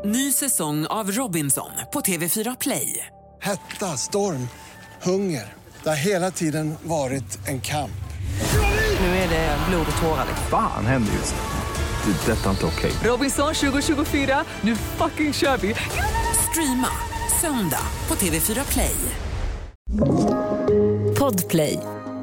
Ny säsong av Robinson på TV4 Play. Hetta, storm, hunger. Det har hela tiden varit en kamp. Nu är det blod och tårar. Fan händer just nu. Det. Detta är inte okej. Robinson 2024, nu fucking kör vi. Streama söndag på TV4 Play. Podplay.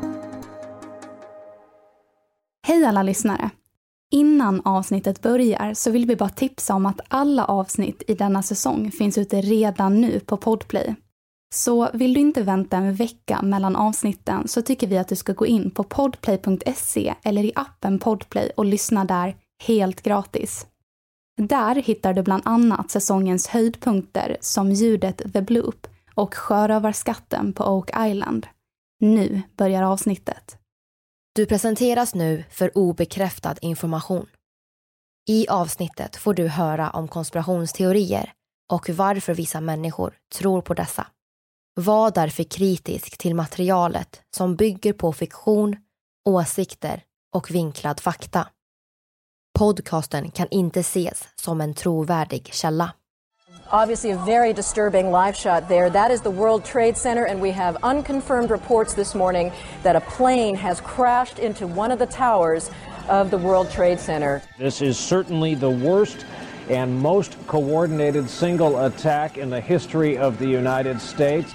Hej alla lyssnare! Innan avsnittet börjar så vill vi bara tipsa om att alla avsnitt i denna säsong finns ute redan nu på Podplay. Så vill du inte vänta en vecka mellan avsnitten så tycker vi att du ska gå in på podplay.se eller i appen Podplay och lyssna där helt gratis. Där hittar du bland annat säsongens höjdpunkter som ljudet The Bloop och sjörövarskatten på Oak Island. Nu börjar avsnittet. Du presenteras nu för obekräftad information. I avsnittet får du höra om konspirationsteorier och varför vissa människor tror på dessa. Var därför kritisk till materialet som bygger på fiktion, åsikter och vinklad fakta. Podcasten kan inte ses som en trovärdig källa. Obviously a very disturbing live shot there. That is the World Trade Center, and we have unconfirmed reports this morning that a plane has crashed into one of the towers of the World Trade Center. This is certainly the worst and most coordinated single attack in the history of the United States.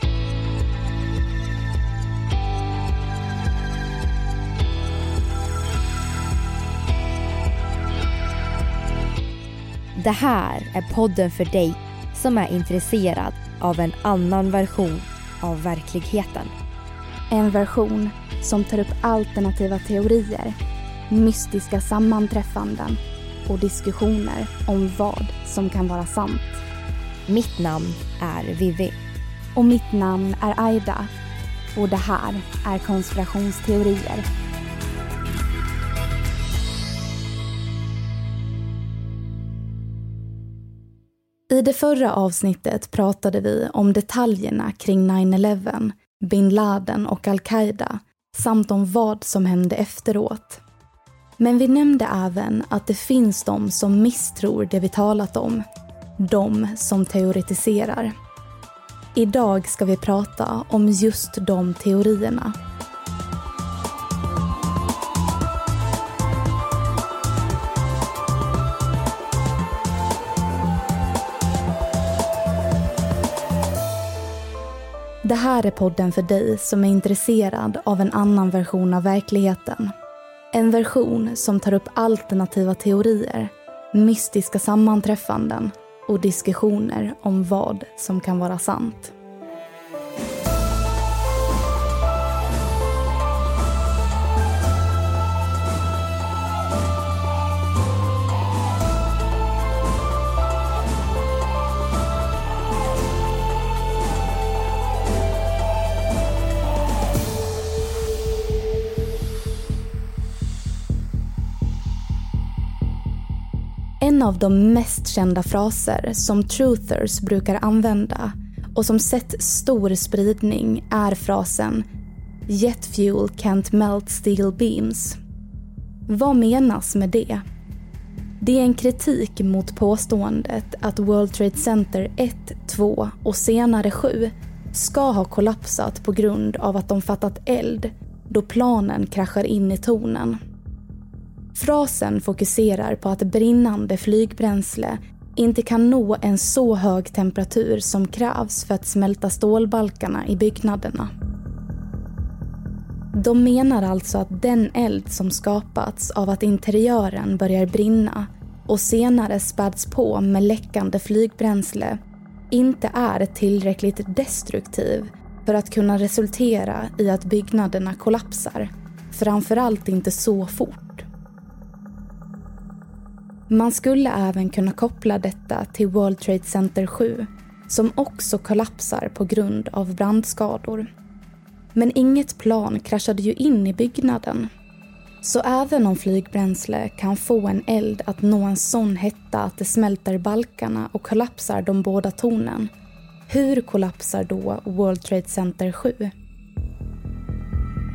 Det här är podden för dig som är intresserad av en annan version av verkligheten. En version som tar upp alternativa teorier, mystiska sammanträffanden och diskussioner om vad som kan vara sant. Mitt namn är Vivi. Och mitt namn är Aida. Och det här är konspirationsteorier. I det förra avsnittet pratade vi om detaljerna kring 9/11, Bin Laden och Al-Qaida samt om vad som hände efteråt. Men vi nämnde även att det finns de som misstror det vi talat om, de som teoretiserar. Idag ska vi prata om just de teorierna. Det här är podden för dig som är intresserad av en annan version av verkligheten. En version som tar upp alternativa teorier, mystiska sammanträffanden och diskussioner om vad som kan vara sant. En av de mest kända fraser som truthers brukar använda och som sett stor spridning är frasen "Jet fuel can't melt steel beams". Vad menas med det? Det är en kritik mot påståendet att World Trade Center 1, 2 och senare 7 ska ha kollapsat på grund av att de fattat eld då planen kraschar in i tornen. Frasen fokuserar på att brinnande flygbränsle inte kan nå en så hög temperatur som krävs för att smälta stålbalkarna i byggnaderna. De menar alltså att den eld som skapats av att interiören börjar brinna och senare späds på med läckande flygbränsle inte är tillräckligt destruktiv för att kunna resultera i att byggnaderna kollapsar, framförallt inte så fort. Man skulle även kunna koppla detta till World Trade Center 7, som också kollapsar på grund av brandskador. Men inget plan kraschade ju in i byggnaden. Så även om flygbränsle kan få en eld att nå en sån hetta att det smälter balkarna och kollapsar de båda tornen, hur kollapsar då World Trade Center 7?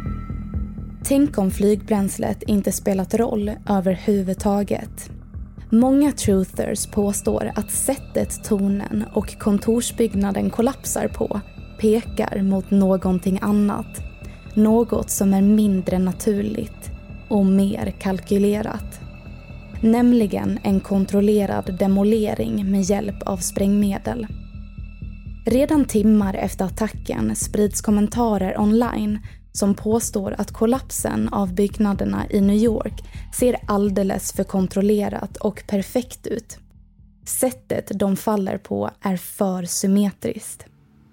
Tänk om flygbränslet inte spelat roll överhuvudtaget. Många truthers påstår att sättet tornen och kontorsbyggnaden kollapsar på pekar mot någonting annat. Något som är mindre naturligt och mer kalkylerat. Nämligen en kontrollerad demolering med hjälp av sprängmedel. Redan timmar efter attacken sprids kommentarer online som påstår att kollapsen av byggnaderna i New York ser alldeles för kontrollerat och perfekt ut. Sättet de faller på är för symmetriskt.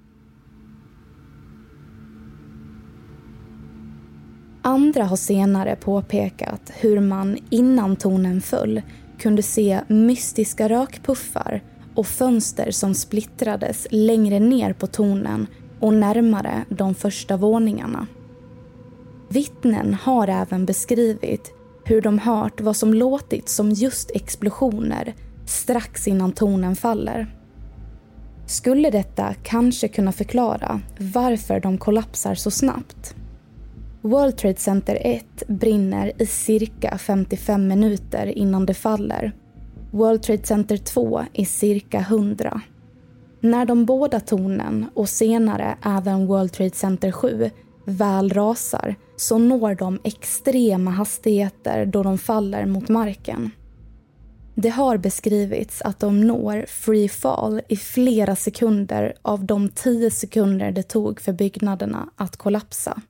Andra har senare påpekat hur man innan tornen föll kunde se mystiska rökpuffar och fönster som splittrades längre ner på tornen och närmare de första våningarna. Vittnen har även beskrivit hur de hört vad som låtit som just explosioner strax innan tornen faller. Skulle detta kanske kunna förklara varför de kollapsar så snabbt? World Trade Center 1 brinner i cirka 55 minuter innan det faller. World Trade Center 2 i cirka 100. När de båda tornen och senare även World Trade Center 7 väl rasar så når de extrema hastigheter då de faller mot marken. Det har beskrivits att de når free fall i flera sekunder av de 10 sekunder det tog för byggnaderna att kollapsa.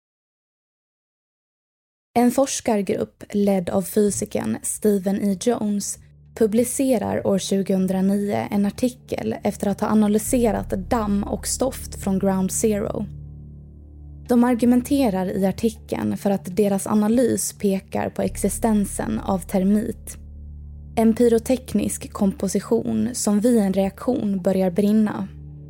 En forskargrupp ledd av fysikern Stephen E. Jones publicerar år 2009 en artikel efter att ha analyserat damm och stoft från Ground Zero. De argumenterar i artikeln för att deras analys pekar på existensen av termit. En pyroteknisk komposition som vid en reaktion börjar brinna.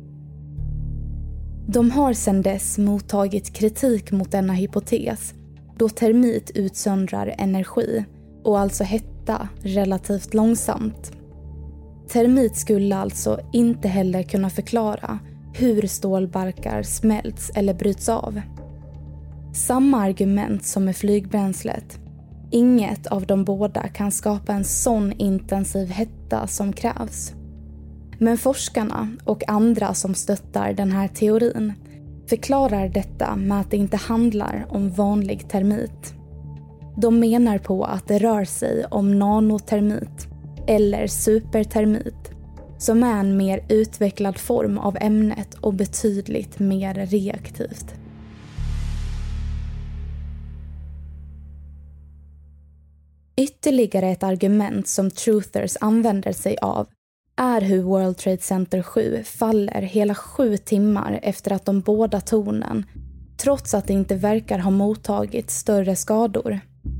De har sedan dess mottagit kritik mot denna hypotes då termit utsöndrar energi och alltså hetta relativt långsamt. Termit skulle alltså inte heller kunna förklara hur stålbalkar smälts eller bryts av. Samma argument som med flygbränslet. Inget av de båda kan skapa en sån intensiv hetta som krävs. Men forskarna och andra som stöttar den här teorin förklarar detta med att det inte handlar om vanlig termit. De menar på att det rör sig om nanotermit eller supertermit som är en mer utvecklad form av ämnet och betydligt mer reaktivt. Ytterligare ett argument som truthers använder sig av är hur World Trade Center 7 faller hela 7 timmar efter att de båda tornen, trots att det inte verkar ha mottagit större skador.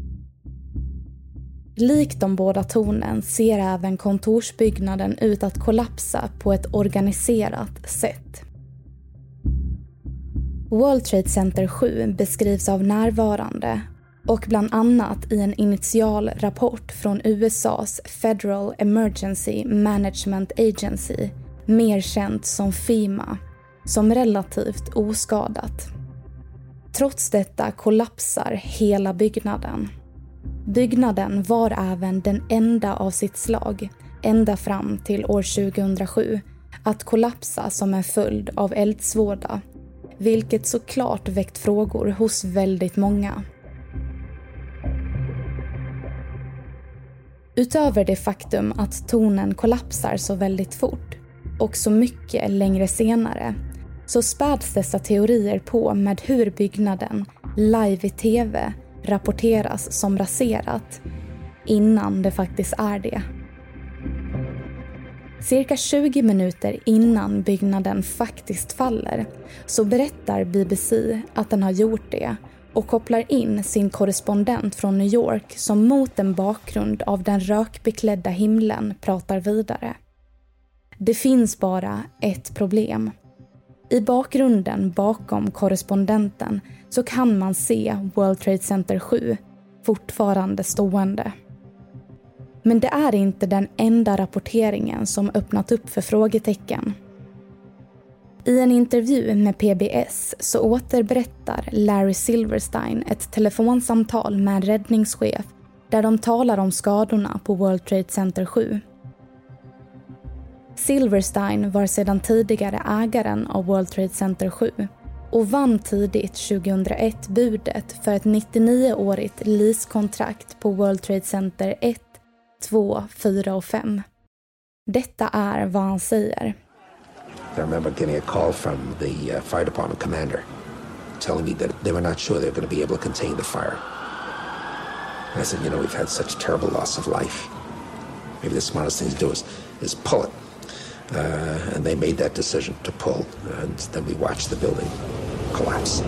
Likt de båda tornen ser även kontorsbyggnaden ut att kollapsa på ett organiserat sätt. World Trade Center 7 beskrivs av närvarande och bland annat i en initial rapport från USAs Federal Emergency Management Agency, mer känt som FEMA, som relativt oskadat. Trots detta kollapsar hela byggnaden. Byggnaden var även den enda av sitt slag, ända fram till år 2007, att kollapsa som en följd av eldsvåda, vilket såklart väckt frågor hos väldigt många. Utöver det faktum att tornen kollapsar så väldigt fort och så mycket längre senare så späds dessa teorier på med hur byggnaden live i tv rapporteras som raserat innan det faktiskt är det. Cirka 20 minuter innan byggnaden faktiskt faller så berättar BBC att den har gjort det och kopplar in sin korrespondent från New York som mot en bakgrund av den rökbeklädda himlen pratar vidare. Det finns bara ett problem. I bakgrunden bakom korrespondenten så kan man se World Trade Center 7 fortfarande stående. Men det är inte den enda rapporteringen som öppnat upp för frågetecken. I en intervju med PBS så återberättar Larry Silverstein ett telefonsamtal med en räddningschef där de talar om skadorna på World Trade Center 7. Silverstein var sedan tidigare ägaren av World Trade Center 7 och vann tidigt 2001 budet för ett 99-årigt leasekontrakt på World Trade Center 1, 2, 4 och 5. Detta är vad han säger. I remember getting a call from the fire department commander telling me that they were not sure they were going to be able to contain the fire. And I said, we've had such terrible loss of life. Maybe the smartest thing to do is pull it. And they made that decision to pull, and then we watched the building collapse.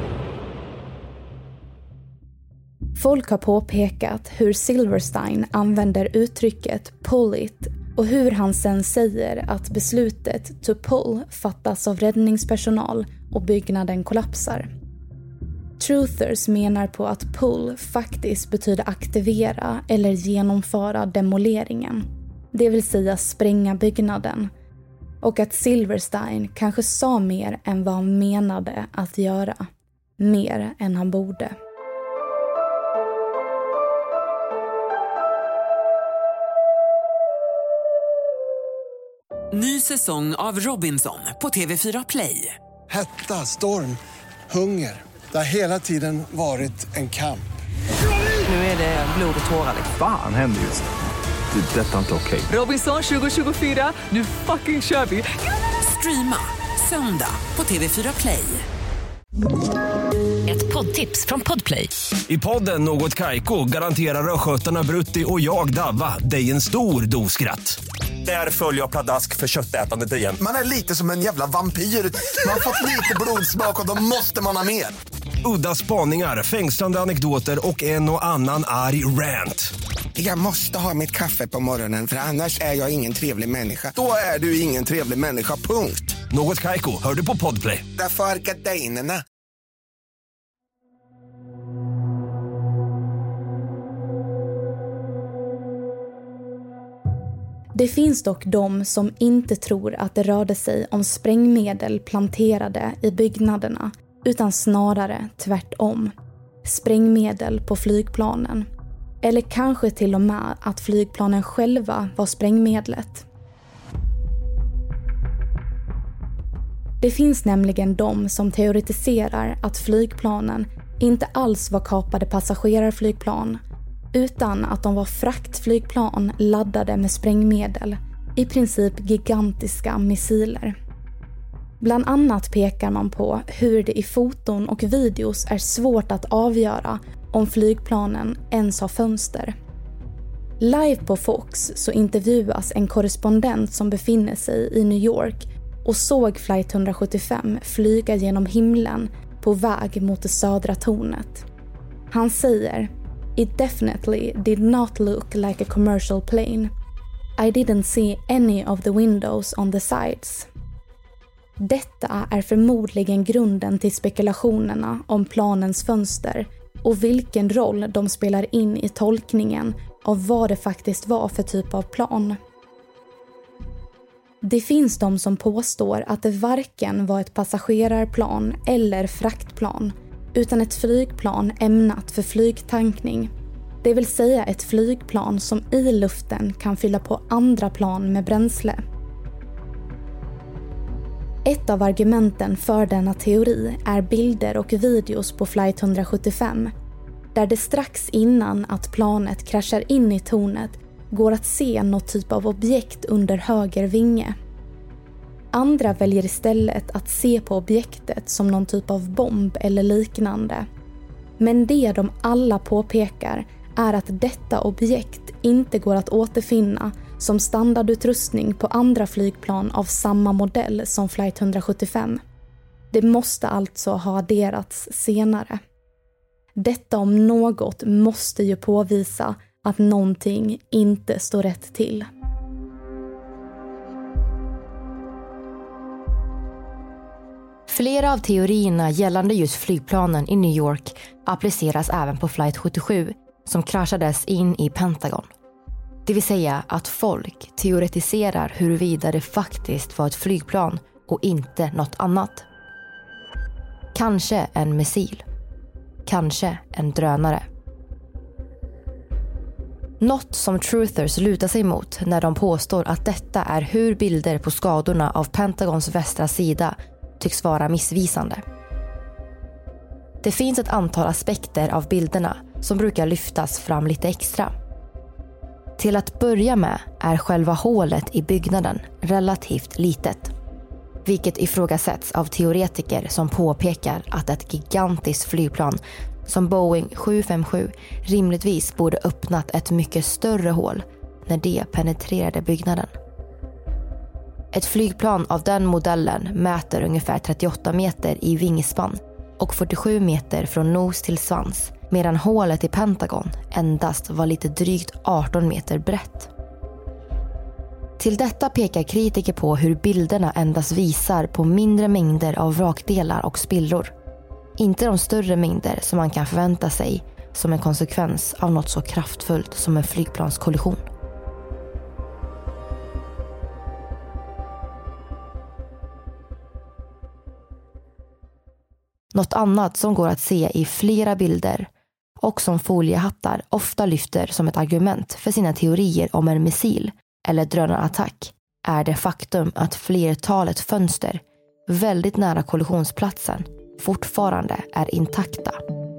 Folk har påpekat hur Silverstein använder uttrycket pull it och hur han sen säger att beslutet to pull fattas av räddningspersonal och byggnaden kollapsar. Truthers menar på att pull faktiskt betyder aktivera eller genomföra demoleringen, det vill säga spränga byggnaden, och att Silverstein kanske sa mer än vad han menade att göra, mer än han borde. Ny säsong av Robinson på TV4 Play. Hetta, storm, hunger. Det har hela tiden varit en kamp. Nu är det blod och tårar. Fan händer just det. Det är detta inte okej. Robinson 2024, nu fucking kör vi. Streama söndag på TV4 Play. Ett poddtips från Podplay. I podden Något Kaiko garanterar röskötarna Brutti och jag Davva dig en stor doskratt. Där följer jag pladask för köttätandet igen. Man är lite som en jävla vampyr. Man har fått lite blodsmak och då måste man ha mer. Udda spaningar, fängslande anekdoter och en och annan arg rant. Jag måste ha mitt kaffe på morgonen för annars är jag ingen trevlig människa. Då är du ingen trevlig människa, punkt. Något Kaiko, hör du på Podplay. Därför är gardinerna. Det finns dock de som inte tror att det rörde sig om sprängmedel planterade i byggnaderna, utan snarare tvärtom. Sprängmedel på flygplanen. Eller kanske till och med att flygplanen själva var sprängmedlet. Det finns nämligen de som teoretiserar att flygplanen inte alls var kapade passagerarflygplan, utan att de var fraktflygplan laddade med sprängmedel, i princip gigantiska missiler. Bland annat pekar man på hur det i foton och videos är svårt att avgöra om flygplanen ens har fönster. Live på Fox så intervjuas en korrespondent som befinner sig i New York och såg flight 175 flyga genom himlen på väg mot det södra tornet. Han säger: "It definitely did not look like a commercial plane. I didn't see any of the windows on the sides." Detta är förmodligen grunden till spekulationerna om planens fönster och vilken roll de spelar in i tolkningen av vad det faktiskt var för typ av plan. Det finns de som påstår att det varken var ett passagerarplan eller fraktplan, utan ett flygplan ämnat för flygtankning. Det vill säga ett flygplan som i luften kan fylla på andra plan med bränsle. Ett av argumenten för denna teori är bilder och videos på flight 175, där det strax innan att planet kraschar in i tornet går att se något typ av objekt under höger vinge. Andra väljer istället att se på objektet som någon typ av bomb eller liknande. Men det de alla påpekar är att detta objekt inte går att återfinna som standardutrustning på andra flygplan av samma modell som flight 175. Det måste alltså ha adderats senare. Detta om något måste ju påvisa att någonting inte står rätt till. Flera av teorierna gällande just flygplanen i New York appliceras även på flight 77 som kraschades in i Pentagon. Det vill säga att folk teoretiserar huruvida det faktiskt var ett flygplan och inte något annat. Kanske en missil. Kanske en drönare. Något som truthers lutar sig mot när de påstår att detta är hur bilder på skadorna av Pentagons västra sida tycks vara missvisande. Det finns ett antal aspekter av bilderna som brukar lyftas fram lite extra. Till att börja med är själva hålet i byggnaden relativt litet, vilket ifrågasätts av teoretiker som påpekar att ett gigantiskt flygplan som Boeing 757 rimligtvis borde öppnat ett mycket större hål när det penetrerade byggnaden. Ett flygplan av den modellen mäter ungefär 38 meter i vingspann och 47 meter från nos till svans, medan hålet i Pentagon endast var lite drygt 18 meter brett. Till detta pekar kritiker på hur bilderna endast visar på mindre mängder av vrakdelar och spillror. Inte de större mängder som man kan förvänta sig som en konsekvens av något så kraftfullt som en flygplanskollision. Något annat som går att se i flera bilder och som foliehattar ofta lyfter som ett argument för sina teorier om en missil eller drönarattack är det faktum att flertalet fönster väldigt nära kollisionsplatsen fortfarande är intakta.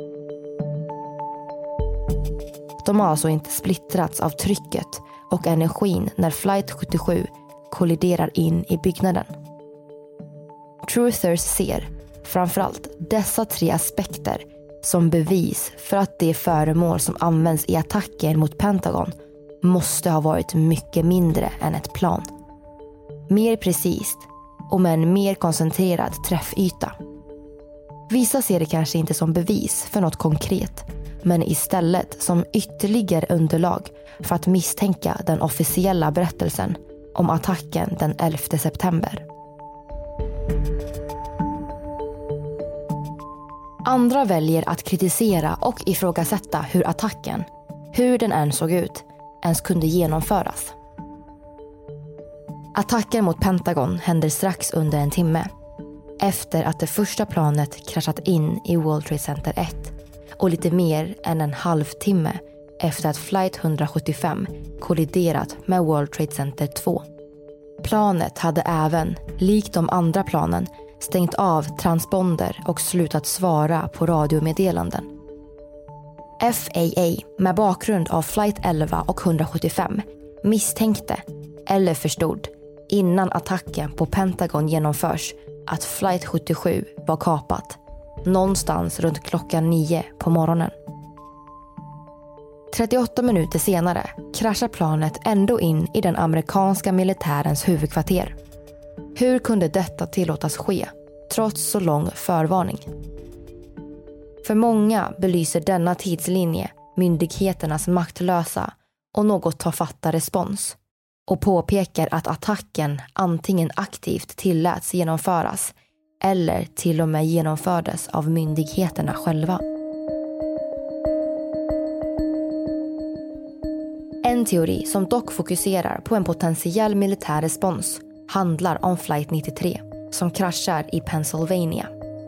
De har alltså inte splittrats av trycket och energin när Flight 77 kolliderar in i byggnaden. Truthers ser framförallt dessa 3 aspekter som bevis för att det föremål som används i attacken mot Pentagon måste ha varit mycket mindre än ett plan. Mer precis och med en mer koncentrerad träffyta. Vissa ser det kanske inte som bevis för något konkret, men istället som ytterligare underlag för att misstänka den officiella berättelsen om attacken den 11 september. Andra väljer att kritisera och ifrågasätta hur attacken, hur den än såg ut, ens kunde genomföras. Attacken mot Pentagon händer strax under en timme efter att det första planet kraschat in i World Trade Center 1 och lite mer än en halvtimme efter att Flight 175 kolliderat med World Trade Center 2. Planet hade även, likt de andra planen, stängt av transponder och slutat svara på radiomeddelanden. FAA, med bakgrund av Flight 11 och 175, misstänkte eller förstod innan attacken på Pentagon genomförs att Flight 77 var kapat någonstans runt klockan 9 på morgonen. 38 minuter senare kraschar planet ändå in i den amerikanska militärens huvudkvarter. Hur kunde detta tillåtas ske, trots så lång förvarning? För många belyser denna tidslinje myndigheternas maktlösa och något tafatta respons och påpekar att attacken antingen aktivt tilläts genomföras eller till och med genomfördes av myndigheterna själva. En teori som dock fokuserar på en potentiell militär respons handlar om Flight 93 som kraschar i Pennsylvania.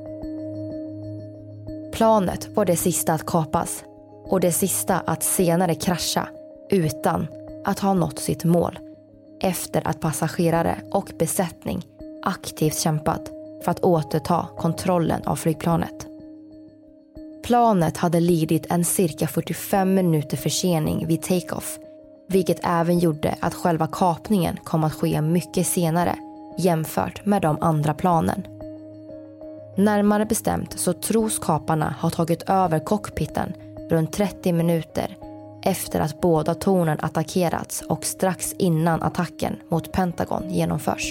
Planet var det sista att kapas och det sista att senare krascha utan att ha nått sitt mål efter att passagerare och besättning aktivt kämpat för att återta kontrollen av flygplanet. Planet hade lidit en cirka 45 minuter försening vid take-off, vilket även gjorde att själva kapningen kom att ske mycket senare jämfört med de andra planen. Närmare bestämt så tros kaparna ha tagit över cockpiten runt 30 minuter efter att båda tornen attackerats och strax innan attacken mot Pentagon genomförs.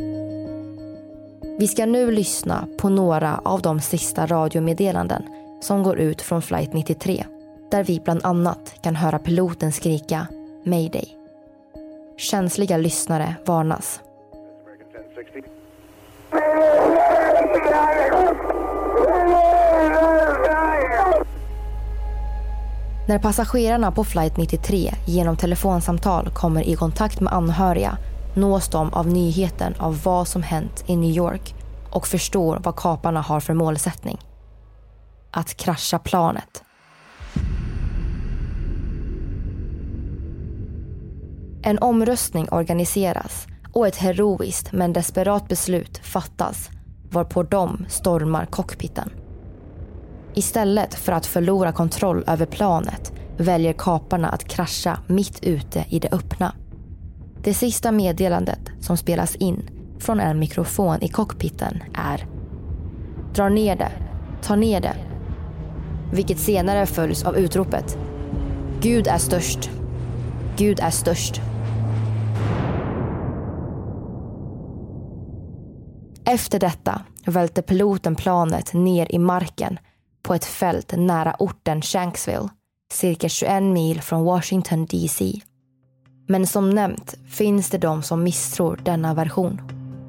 Vi ska nu lyssna på några av de sista radiomeddelanden som går ut från Flight 93, där vi bland annat kan höra piloten skrika Mayday. Känsliga lyssnare varnas. När passagerarna på Flight 93 genom telefonsamtal kommer i kontakt med anhöriga nås de av nyheten av vad som hänt i New York och förstår vad kaparna har för målsättning. Att krascha planet. En omröstning organiseras och ett heroiskt men desperat beslut fattas varpå de stormar cockpiten. Istället för att förlora kontroll över planet väljer kaparna att krascha mitt ute i det öppna. Det sista meddelandet som spelas in från en mikrofon i cockpiten är: dra ner det, ta ner det. Vilket senare följs av utropet: Gud är störst, Gud är störst. Efter detta välte piloten planet ner i marken på ett fält nära orten Shanksville, cirka 21 mil från Washington DC. Men som nämnt finns det de som misstror denna version.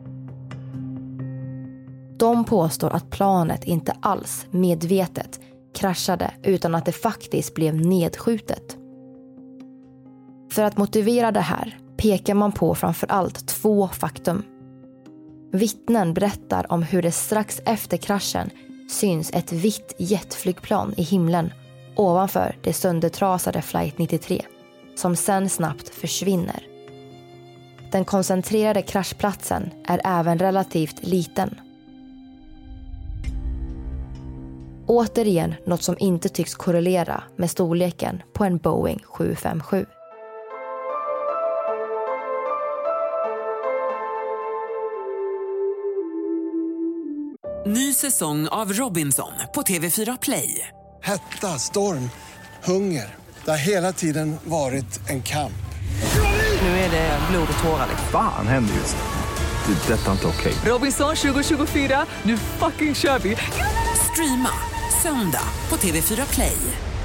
De påstår att planet inte alls medvetet kraschade utan att det faktiskt blev nedskjutet. För att motivera det här pekar man på framför allt 2 faktum. Vittnen berättar om hur det strax efter kraschen syns ett vitt jetflygplan i himlen ovanför det söndertrasade Flight 93 som sen snabbt försvinner. Den koncentrerade kraschplatsen är även relativt liten. Återigen något som inte tycks korrelera med storleken på en Boeing 757. Ny säsong av Robinson på TV4 Play. Hetta, storm, hunger. Det har hela tiden varit en kamp. Nu är det blod och tårar. Fan händer just det. Det är detta inte okej. Robinson 2024, nu fucking kör vi. Streama söndag på TV4 Play.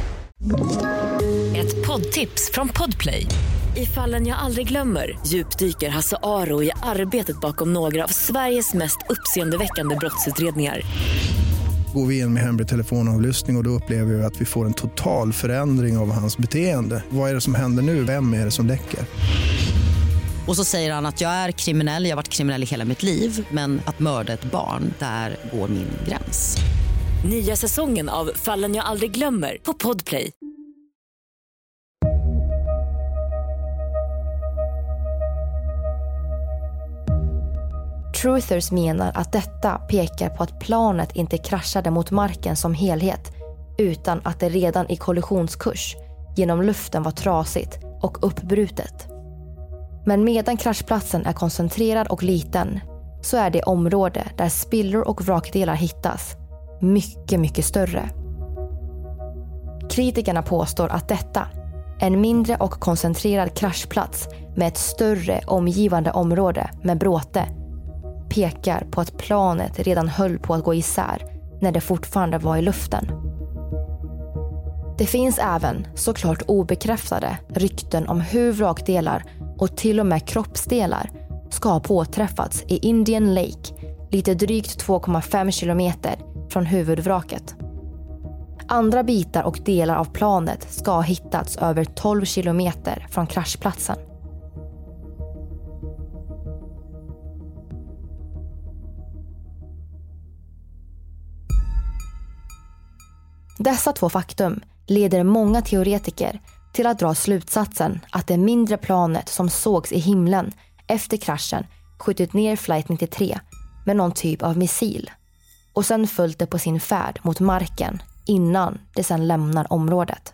Ett poddtips från Podplay. I Fallen jag aldrig glömmer djupdyker Hasse Aro i arbetet bakom några av Sveriges mest uppseendeväckande brottsutredningar. Går vi in med hemlig telefonavlyssning och då upplever vi att vi får en total förändring av hans beteende. Vad är det som händer nu? Vem är det som läcker? Och så säger han att jag är kriminell, jag har varit kriminell i hela mitt liv. Men att mörda ett barn, där går min gräns. Nya säsongen av Fallen jag aldrig glömmer på Podplay. Truthers menar att detta pekar på att planet inte kraschade mot marken som helhet utan att det redan i kollisionskurs genom luften var trasigt och uppbrutet. Men medan kraschplatsen är koncentrerad och liten så är det område där spillror och vrakdelar hittas mycket, mycket större. Kritikerna påstår att detta, en mindre och koncentrerad kraschplats med ett större omgivande område med bråte, pekar på att planet redan höll på att gå isär när det fortfarande var i luften. Det finns även, såklart obekräftade, rykten om hur vrakdelar och till och med kroppsdelar ska ha påträffats i Indian Lake, lite drygt 2,5 kilometer från huvudvraket. Andra bitar och delar av planet ska ha hittats över 12 kilometer från kraschplatsen. Dessa 2 faktum leder många teoretiker till att dra slutsatsen att det mindre planet som sågs i himlen efter kraschen skjutit ner Flight 93 med någon typ av missil och sen följt det på sin färd mot marken innan det sen lämnar området.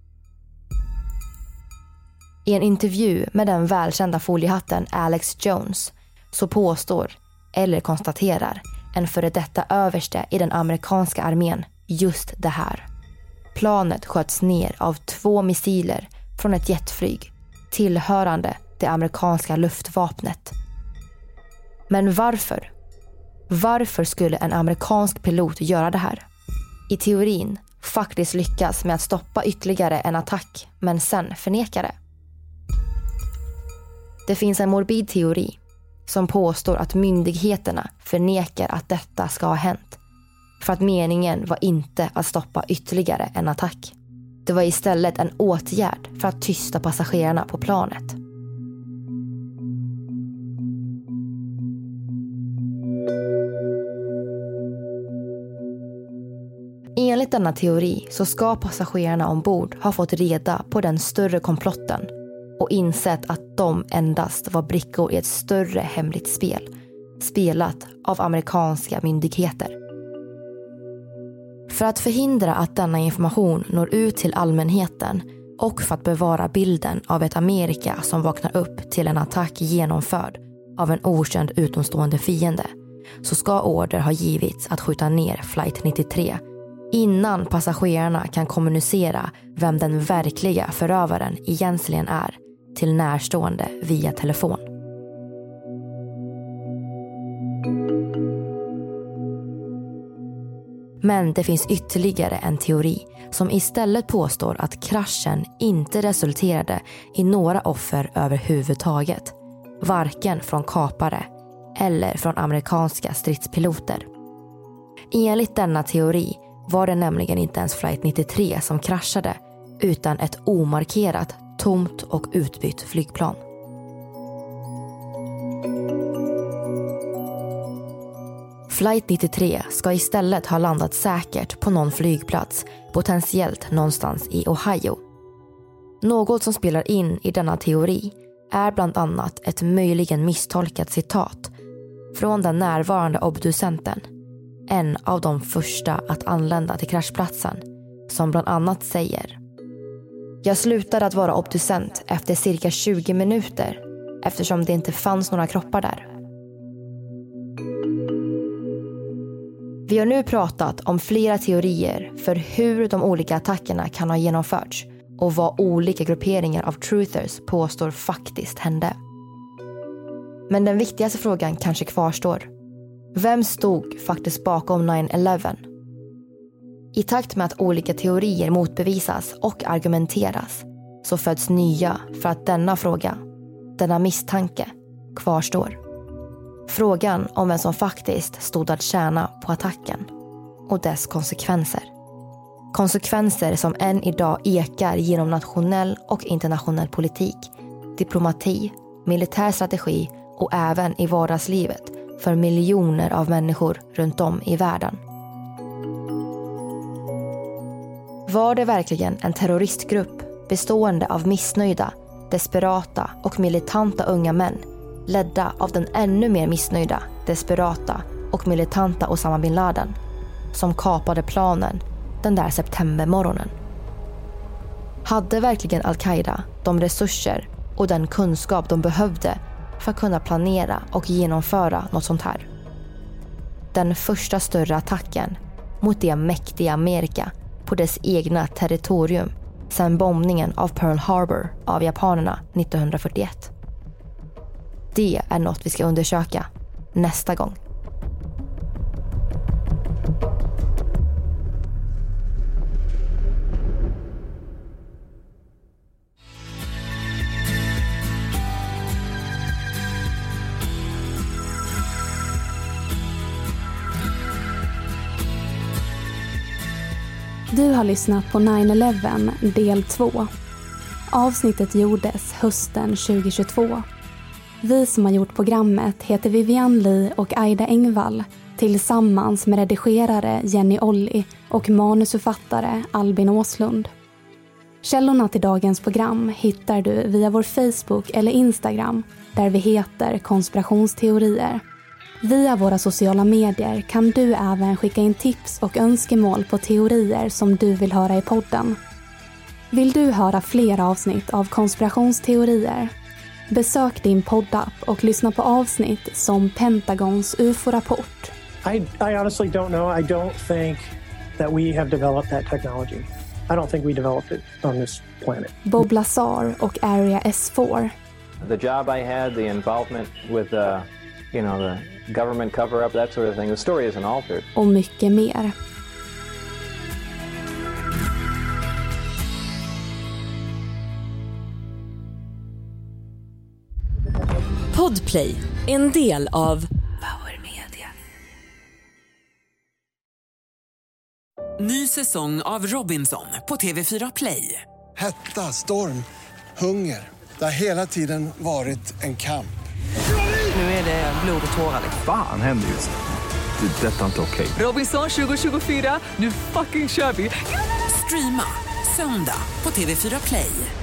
I en intervju med den välkända foliehatten Alex Jones så påstår, eller konstaterar, en före detta överste i den amerikanska armén just det här. Planet sköts ner av 2 missiler från ett jetflyg tillhörande det amerikanska luftvapnet. Men varför? Varför skulle en amerikansk pilot göra det här? I teorin faktiskt lyckas med att stoppa ytterligare en attack men sen förneka det. Det finns en morbid teori som påstår att myndigheterna förnekar att detta ska ha hänt. För att meningen var inte att stoppa ytterligare en attack. Det var istället en åtgärd för att tysta passagerarna på planet. Enligt denna teori så ska passagerarna ombord ha fått reda på den större komplotten och insett att de endast var brickor i ett större hemligt spel, spelat av amerikanska myndigheter. För att förhindra att denna information når ut till allmänheten och för att bevara bilden av ett Amerika som vaknar upp till en attack genomförd av en okänd utomstående fiende, så ska order ha givits att skjuta ner flight 93 innan passagerarna kan kommunicera vem den verkliga förövaren egentligen är till närstående via telefon. Men det finns ytterligare en teori som istället påstår att kraschen inte resulterade i några offer överhuvudtaget, varken från kapare eller från amerikanska stridspiloter. Enligt denna teori var det nämligen inte ens flight 93 som kraschade, utan ett omarkerat, tomt och utbytt flygplan. Flight 93 ska istället ha landat säkert på någon flygplats, potentiellt någonstans i Ohio. Något som spelar in i denna teori är bland annat ett möjligen misstolkat citat från den närvarande obducenten, en av de första att anlända till kraschplatsen, som bland annat säger: "Jag slutade att vara obducent efter cirka 20 minuter eftersom det inte fanns några kroppar där." Vi har nu pratat om flera teorier för hur de olika attackerna kan ha genomförts och vad olika grupperingar av truthers påstår faktiskt hände. Men den viktigaste frågan kanske kvarstår. Vem stod faktiskt bakom 9/11? I takt med att olika teorier motbevisas och argumenteras så föds nya för att denna fråga, denna misstanke, kvarstår. Frågan om vem som faktiskt stod att tjäna på attacken och dess konsekvenser. Konsekvenser som än idag ekar genom nationell och internationell politik, diplomati, militär strategi och även i vardagslivet för miljoner av människor runt om i världen. Var det verkligen en terroristgrupp bestående av missnöjda, desperata och militanta unga män ledda av den ännu mer missnöjda, desperata och militanta Osama bin Laden som kapade planen den där septembermorgonen? Hade verkligen Al-Qaida de resurser och den kunskap de behövde för att kunna planera och genomföra något sånt här? Den första större attacken mot det mäktiga Amerika på dess egna territorium sedan bombningen av Pearl Harbor av japanerna 1941. Det är något vi ska undersöka nästa gång. Du har lyssnat på 9/11 del 2. Avsnittet gjordes hösten 2022. Vi som har gjort programmet heter Vivian Lee och Aida Engvall tillsammans med redigerare Jenny Olli och manusförfattare Albin Åslund. Källorna till dagens program hittar du via vår Facebook eller Instagram där vi heter Konspirationsteorier. Via våra sociala medier kan du även skicka in tips och önskemål på teorier som du vill höra i podden. Vill du höra fler avsnitt av Konspirationsteorier? Besök din poddapp och lyssna på avsnitt som Pentagons UFO-rapport. I honestly don't know. I don't think that we have developed that technology. I don't think we developed it on this planet. Bob Lazar och Area S4. The job I had, the involvement with the government cover-up, that sort of thing. The story isn't altered. Och mycket mer. Podplay, en del av Power Media. Ny säsong av Robinson på TV4 Play. Hetta, storm, hunger. Det har hela tiden varit en kamp. Nu är det blod och tårar. Fan händer just det. Det är detta inte okej. Robinson 2024, nu fucking kör vi. Streama söndag på TV4 Play.